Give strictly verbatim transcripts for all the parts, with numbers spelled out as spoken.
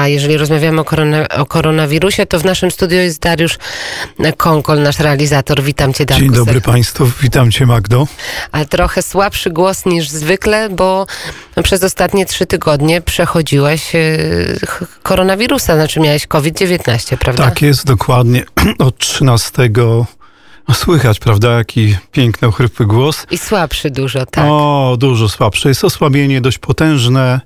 A jeżeli rozmawiamy o, korona, o koronawirusie, to w naszym studiu jest Dariusz Konkol, nasz realizator. Witam cię, Darku. Dzień dobry Państwu, witam cię, Magdo. A trochę słabszy głos niż zwykle, bo przez ostatnie trzy tygodnie przechodziłeś koronawirusa, znaczy miałeś COVID dziewiętnaście, prawda? Tak jest, dokładnie. Od trzynastego No, słychać, prawda, jaki piękny, ochrypły głos. I słabszy dużo, tak. O, dużo słabszy. Jest osłabienie dość potężne.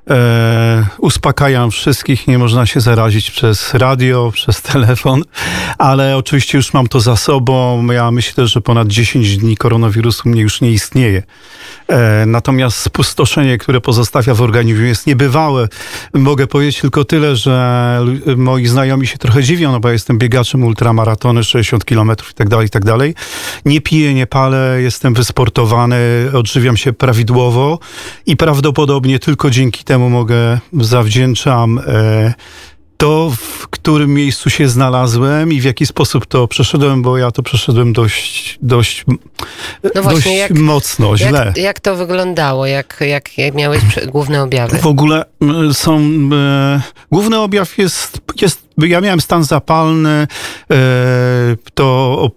E, uspokajam wszystkich, nie można się zarazić przez radio, przez telefon, ale oczywiście już mam to za sobą. Ja myślę, że ponad dziesięć dni koronawirusu mnie już nie istnieje. E, natomiast spustoszenie, które pozostawia w organizmie, jest niebywałe. Mogę powiedzieć tylko tyle, że moi znajomi się trochę dziwią, no bo ja jestem biegaczem ultramaratony, sześćdziesiąt kilometrów i tak dalej, i tak dalej. Nie piję, nie palę, jestem wysportowany, odżywiam się prawidłowo i prawdopodobnie tylko dzięki temu mogę, zawdzięczam e, to, w którym miejscu się znalazłem i w jaki sposób to przeszedłem, bo ja to przeszedłem dość, dość, no właśnie, dość jak, mocno, źle. Jak, jak to wyglądało? Jak, jak, jak miałeś główne objawy? W ogóle są... E, główny objaw jest, jest... Ja miałem stan zapalny, e, to...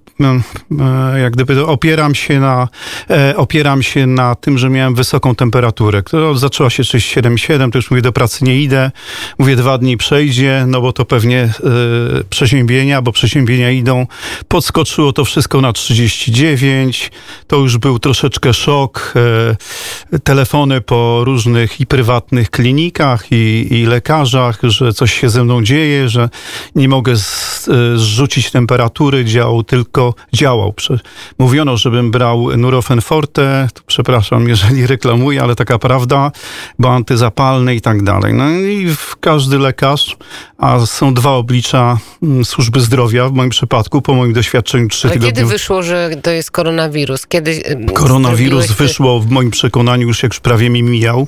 jak gdyby opieram się na, opieram się na tym, że miałem wysoką temperaturę, która zaczęła się trzydzieści siedem przecinek siedem, to już mówię, do pracy nie idę, mówię, dwa dni przejdzie, no bo to pewnie e, przeziębienia, bo przeziębienia idą. Podskoczyło to wszystko na trzydzieści dziewięć, to już był troszeczkę szok. E, telefony po różnych i prywatnych klinikach i, i lekarzach, że coś się ze mną dzieje, że nie mogę z, e, zrzucić temperatury, działał tylko działał. Mówiono, żebym brał Nurofen Forte, przepraszam, jeżeli reklamuję, ale taka prawda, bo antyzapalny i tak dalej. No i każdy lekarz, a są dwa oblicza służby zdrowia w moim przypadku, po moim doświadczeniu trzy tygodnie. Ale kiedy wyszło, że to jest koronawirus? Kiedy Koronawirus ty... wyszło w moim przekonaniu już jak już prawie mi mijał.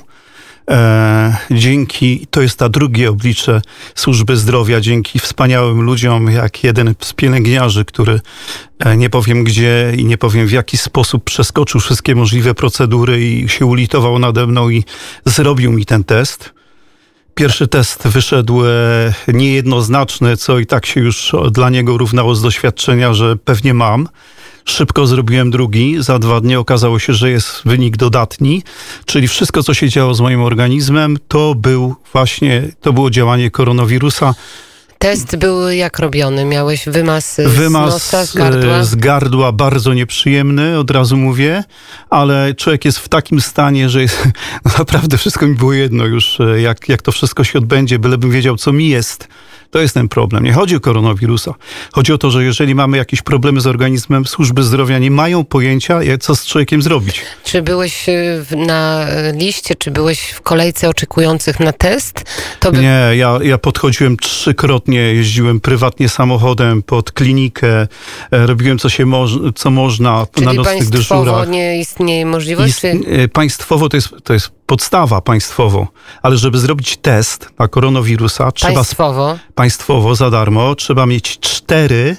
E, dzięki, to jest ta drugie oblicze służby zdrowia, dzięki wspaniałym ludziom, jak jeden z pielęgniarzy, który e, nie powiem gdzie i nie powiem w jaki sposób przeskoczył wszystkie możliwe procedury i się ulitował nade mną i zrobił mi ten test. Pierwszy test wyszedł e, niejednoznaczny, co i tak się już dla niego równało z doświadczenia, że pewnie mam. Szybko zrobiłem drugi, za dwa dni okazało się, że jest wynik dodatni, czyli wszystko, co się działo z moim organizmem, to był właśnie, to było działanie koronawirusa. Test był jak robiony? Miałeś wymaz z Wymaz nosa, z gardła? z gardła, bardzo nieprzyjemny, od razu mówię, ale człowiek jest w takim stanie, że jest, no naprawdę wszystko mi było jedno już, jak, jak to wszystko się odbędzie, bylebym wiedział, co mi jest. To jest ten problem. Nie chodzi o koronawirusa. Chodzi o to, że jeżeli mamy jakieś problemy z organizmem, służby zdrowia nie mają pojęcia, co z człowiekiem zrobić. Czy byłeś na liście, czy byłeś w kolejce oczekujących na test? To by... Nie, ja, ja podchodziłem trzykrotnie, jeździłem prywatnie samochodem pod klinikę, robiłem co się moż, co można Czyli na nocnych dyżurach. państwowo nie istnieje możliwość? Ist, czy... Państwowo to jest, to jest podstawa państwowo, ale żeby zrobić test na koronawirusa, trzeba państwowo, państwowo za darmo, trzeba mieć cztery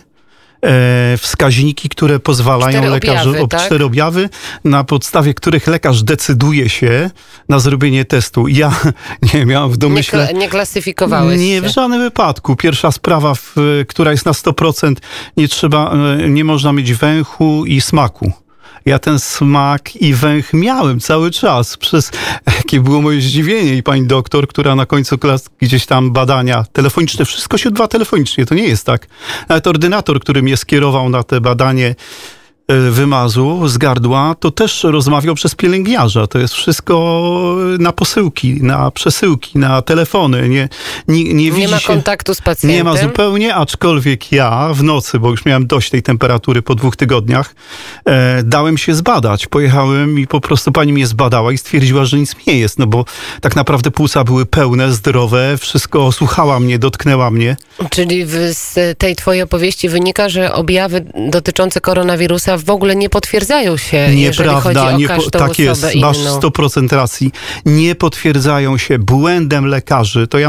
e, wskaźniki, które pozwalają cztery lekarzy, objawy, o tak? cztery objawy, na podstawie których lekarz decyduje się na zrobienie testu. Ja nie miałam w domyśle... Nie, nie klasyfikowałeś Nie, się. w żadnym wypadku. Pierwsza sprawa, w, która jest na sto procent, nie trzeba, nie można mieć węchu i smaku. Ja ten smak i węch miałem cały czas. Przez jakie było moje zdziwienie i pani doktor, która na końcu klas gdzieś tam badania telefoniczne, wszystko się odbywa telefonicznie, to nie jest tak. Nawet ordynator, który mnie skierował na te badanie wymazu z gardła, to też rozmawiał przez pielęgniarza. To jest wszystko na posyłki, na przesyłki, na telefony. Nie, nie, nie, nie widzi ma się, kontaktu z pacjentem? Nie ma zupełnie, aczkolwiek ja w nocy, bo już miałem dość tej temperatury po dwóch tygodniach, e, dałem się zbadać. Pojechałem i po prostu pani mnie zbadała i stwierdziła, że nic nie jest, no bo tak naprawdę płuca były pełne, zdrowe, wszystko słuchała mnie, dotknęła mnie. Czyli z tej twojej opowieści wynika, że objawy dotyczące koronawirusa w ogóle nie potwierdzają się, jeżeli chodzi o nie, każdą tak osobę jest, inną. masz sto procent racji. Nie potwierdzają się błędem lekarzy. To ja mówię na podstawie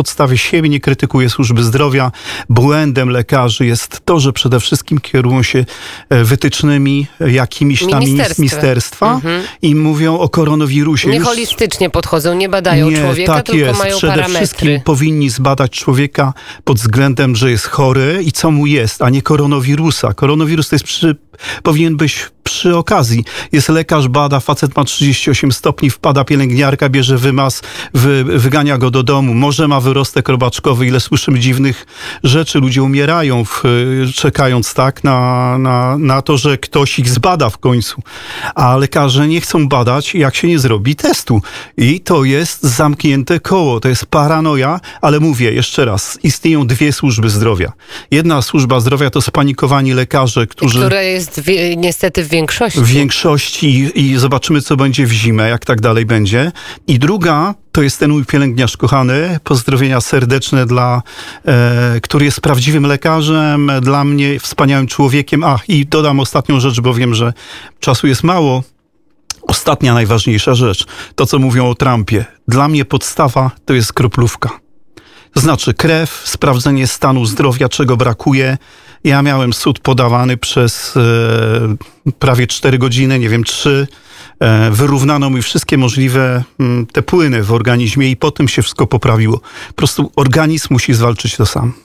podstawie siebie, nie krytykuję służby zdrowia. Błędem lekarzy jest to, że przede wszystkim kierują się wytycznymi jakimiś tam Ministerstwa, ministerstwa mhm. i mówią o koronawirusie. Nie Już... holistycznie podchodzą, nie badają nie, człowieka, tak tylko jest. mają Przede parametry. wszystkim powinni zbadać człowieka pod względem, że jest chory i co mu jest, a nie koronawirusa. Koronawirus to jest przy, powinien być przy okazji. Jest lekarz, bada, facet ma trzydzieści osiem stopni, wpada pielęgniarka, bierze wymaz, wy, wygania go do domu. Może ma wyrostek robaczkowy, ile słyszymy dziwnych rzeczy. Ludzie umierają, w, czekając tak na, na, na to, że ktoś ich zbada w końcu. A lekarze nie chcą badać, jak się nie zrobi testu. I to jest zamknięte koło. To jest paranoja, ale mówię jeszcze raz, istnieją dwie służby zdrowia. Jedna służba zdrowia to spanikowani lekarze, którzy... Która jest w, niestety w większości. W większości i zobaczymy, co będzie w zimę, jak tak dalej będzie. I druga to jest ten mój pielęgniarz kochany, pozdrowienia serdeczne dla, e, który jest prawdziwym lekarzem, dla mnie wspaniałym człowiekiem. Ach, i dodam ostatnią rzecz, bo wiem, że czasu jest mało. Ostatnia, najważniejsza rzecz, to co mówią o Trumpie. Dla mnie podstawa to jest kroplówka. To znaczy krew, sprawdzenie stanu zdrowia, czego brakuje. Ja miałem sód podawany przez e, prawie cztery godziny, nie wiem, trzy. E, wyrównano mi wszystkie możliwe m, te płyny w organizmie i potem się wszystko poprawiło. Po prostu organizm musi zwalczyć to sam.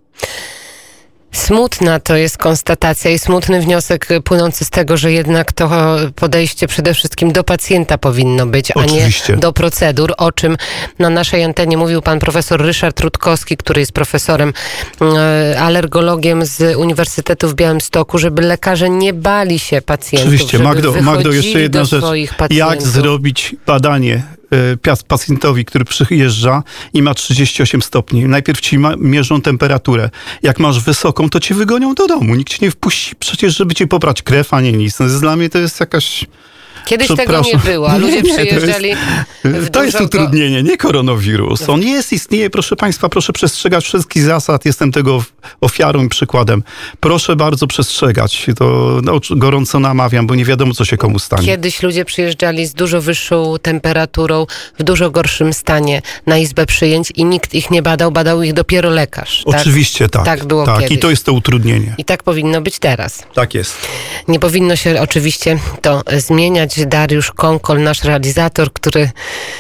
Smutna to jest konstatacja i smutny wniosek płynący z tego, że jednak to podejście przede wszystkim do pacjenta powinno być, Oczywiście. a nie do procedur, o czym na naszej antenie mówił pan profesor Ryszard Rutkowski, który jest profesorem, e, alergologiem z Uniwersytetu w Białymstoku, żeby lekarze nie bali się pacjentów. Oczywiście. Żeby Magdo, Magdo, jeszcze jedna rzecz. Jak zrobić badanie pacjentowi, który przyjeżdża i ma trzydzieści osiem stopni. Najpierw ci ma, mierzą temperaturę. Jak masz wysoką, to cię wygonią do domu. Nikt cię nie wpuści przecież, żeby ci pobrać krew, a nie nic. No, dla mnie to jest jakaś... Kiedyś tego nie było, a ludzie nie, nie, przyjeżdżali To jest, to jest utrudnienie, nie koronawirus. On jest, istnieje, proszę państwa, proszę przestrzegać wszystkich zasad. Jestem tego ofiarą i przykładem. Proszę bardzo przestrzegać. To no, gorąco namawiam, bo nie wiadomo, co się komu stanie. Kiedyś ludzie przyjeżdżali z dużo wyższą temperaturą, w dużo gorszym stanie na izbę przyjęć i nikt ich nie badał, badał ich dopiero lekarz. Oczywiście tak. Tak było tak. kiedyś. I to jest to utrudnienie. I tak powinno być teraz. Tak jest. Nie powinno się oczywiście to zmieniać. Dariusz Konkol, nasz realizator, który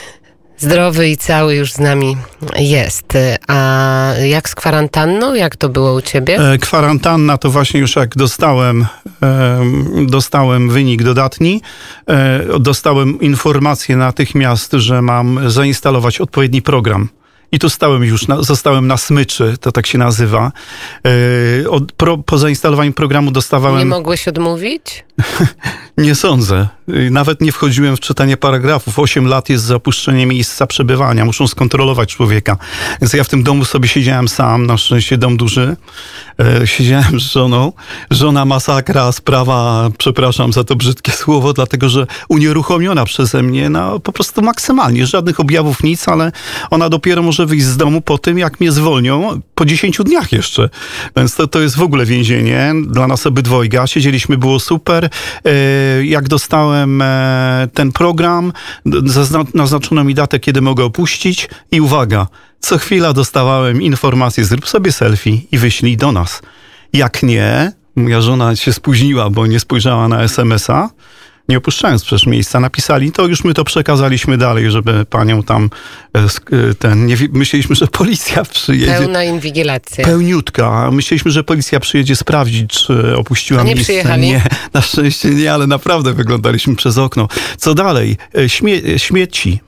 zdrowy i cały już z nami jest. A jak z kwarantanną? Jak to było u ciebie? E, kwarantanna to właśnie już jak dostałem, e, dostałem wynik dodatni, e, dostałem informację natychmiast, że mam zainstalować odpowiedni program. I tu stałem już, na, zostałem na smyczy, to tak się nazywa. Yy, od, pro, po zainstalowaniu programu dostawałem... Nie mogłeś odmówić? Nie sądzę. Yy, nawet nie wchodziłem w czytanie paragrafów. Osiem lat jest za opuszczenie miejsca przebywania. Muszą skontrolować człowieka. Więc ja w tym domu sobie siedziałem sam, na szczęście dom duży. Yy, siedziałem z żoną. Żona masakra, sprawa, przepraszam za to brzydkie słowo, dlatego że unieruchomiona przeze mnie, no po prostu maksymalnie. Żadnych objawów, nic, ale ona dopiero może wyjść z domu po tym, jak mnie zwolnią, po dziesięciu dniach jeszcze. Więc to, to jest w ogóle więzienie dla nas obydwojga. Siedzieliśmy, było super. Jak dostałem ten program, naznaczono mi datę, kiedy mogę opuścić i uwaga, co chwila dostawałem informację, zrób sobie selfie i wyślij do nas. Jak nie, moja żona się spóźniła, bo nie spojrzała na es em es a, nie opuszczając przecież miejsca, napisali, to już my to przekazaliśmy dalej, żeby panią tam ten, nie, myśleliśmy, że policja przyjedzie. Pełna inwigilacja. Pełniutka. Myśleliśmy, że policja przyjedzie sprawdzić, czy opuściła A nie miejsce. Przyjechali? Nie, na szczęście nie, ale naprawdę wyglądaliśmy przez okno. Co dalej? Śmie śmieci.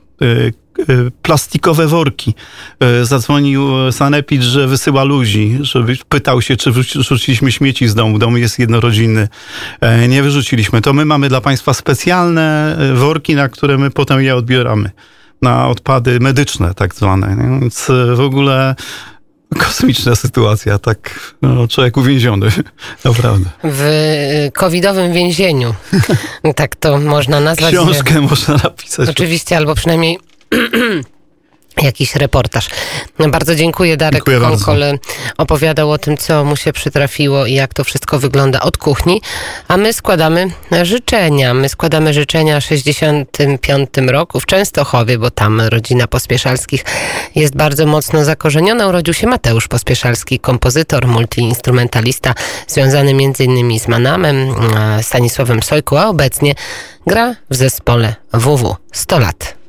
Plastikowe worki. Zadzwonił sanepid, że wysyła ludzi, żeby pytał się, czy wyrzuciliśmy śmieci z domu. Dom jest jednorodzinny. Nie wyrzuciliśmy. To my mamy dla państwa specjalne worki, na które my potem je odbieramy. Na odpady medyczne tak zwane. Więc w ogóle kosmiczna sytuacja, tak no, człowiek uwięziony, naprawdę. W covidowym więzieniu. Tak to można nazwać. Książkę można napisać. Oczywiście, albo przynajmniej jakiś reportaż. Bardzo dziękuję. Darek Dziękuję Konkol bardzo. opowiadał o tym, co mu się przytrafiło i jak to wszystko wygląda od kuchni. A my składamy życzenia. My składamy życzenia w sześćdziesiątym piątym roku w Częstochowie, bo tam rodzina Pospieszalskich jest bardzo mocno zakorzeniona. Urodził się Mateusz Pospieszalski, kompozytor, multiinstrumentalista, związany między innymi z Manamem, Stanisławem Sojku, a obecnie gra w zespole W W sto lat.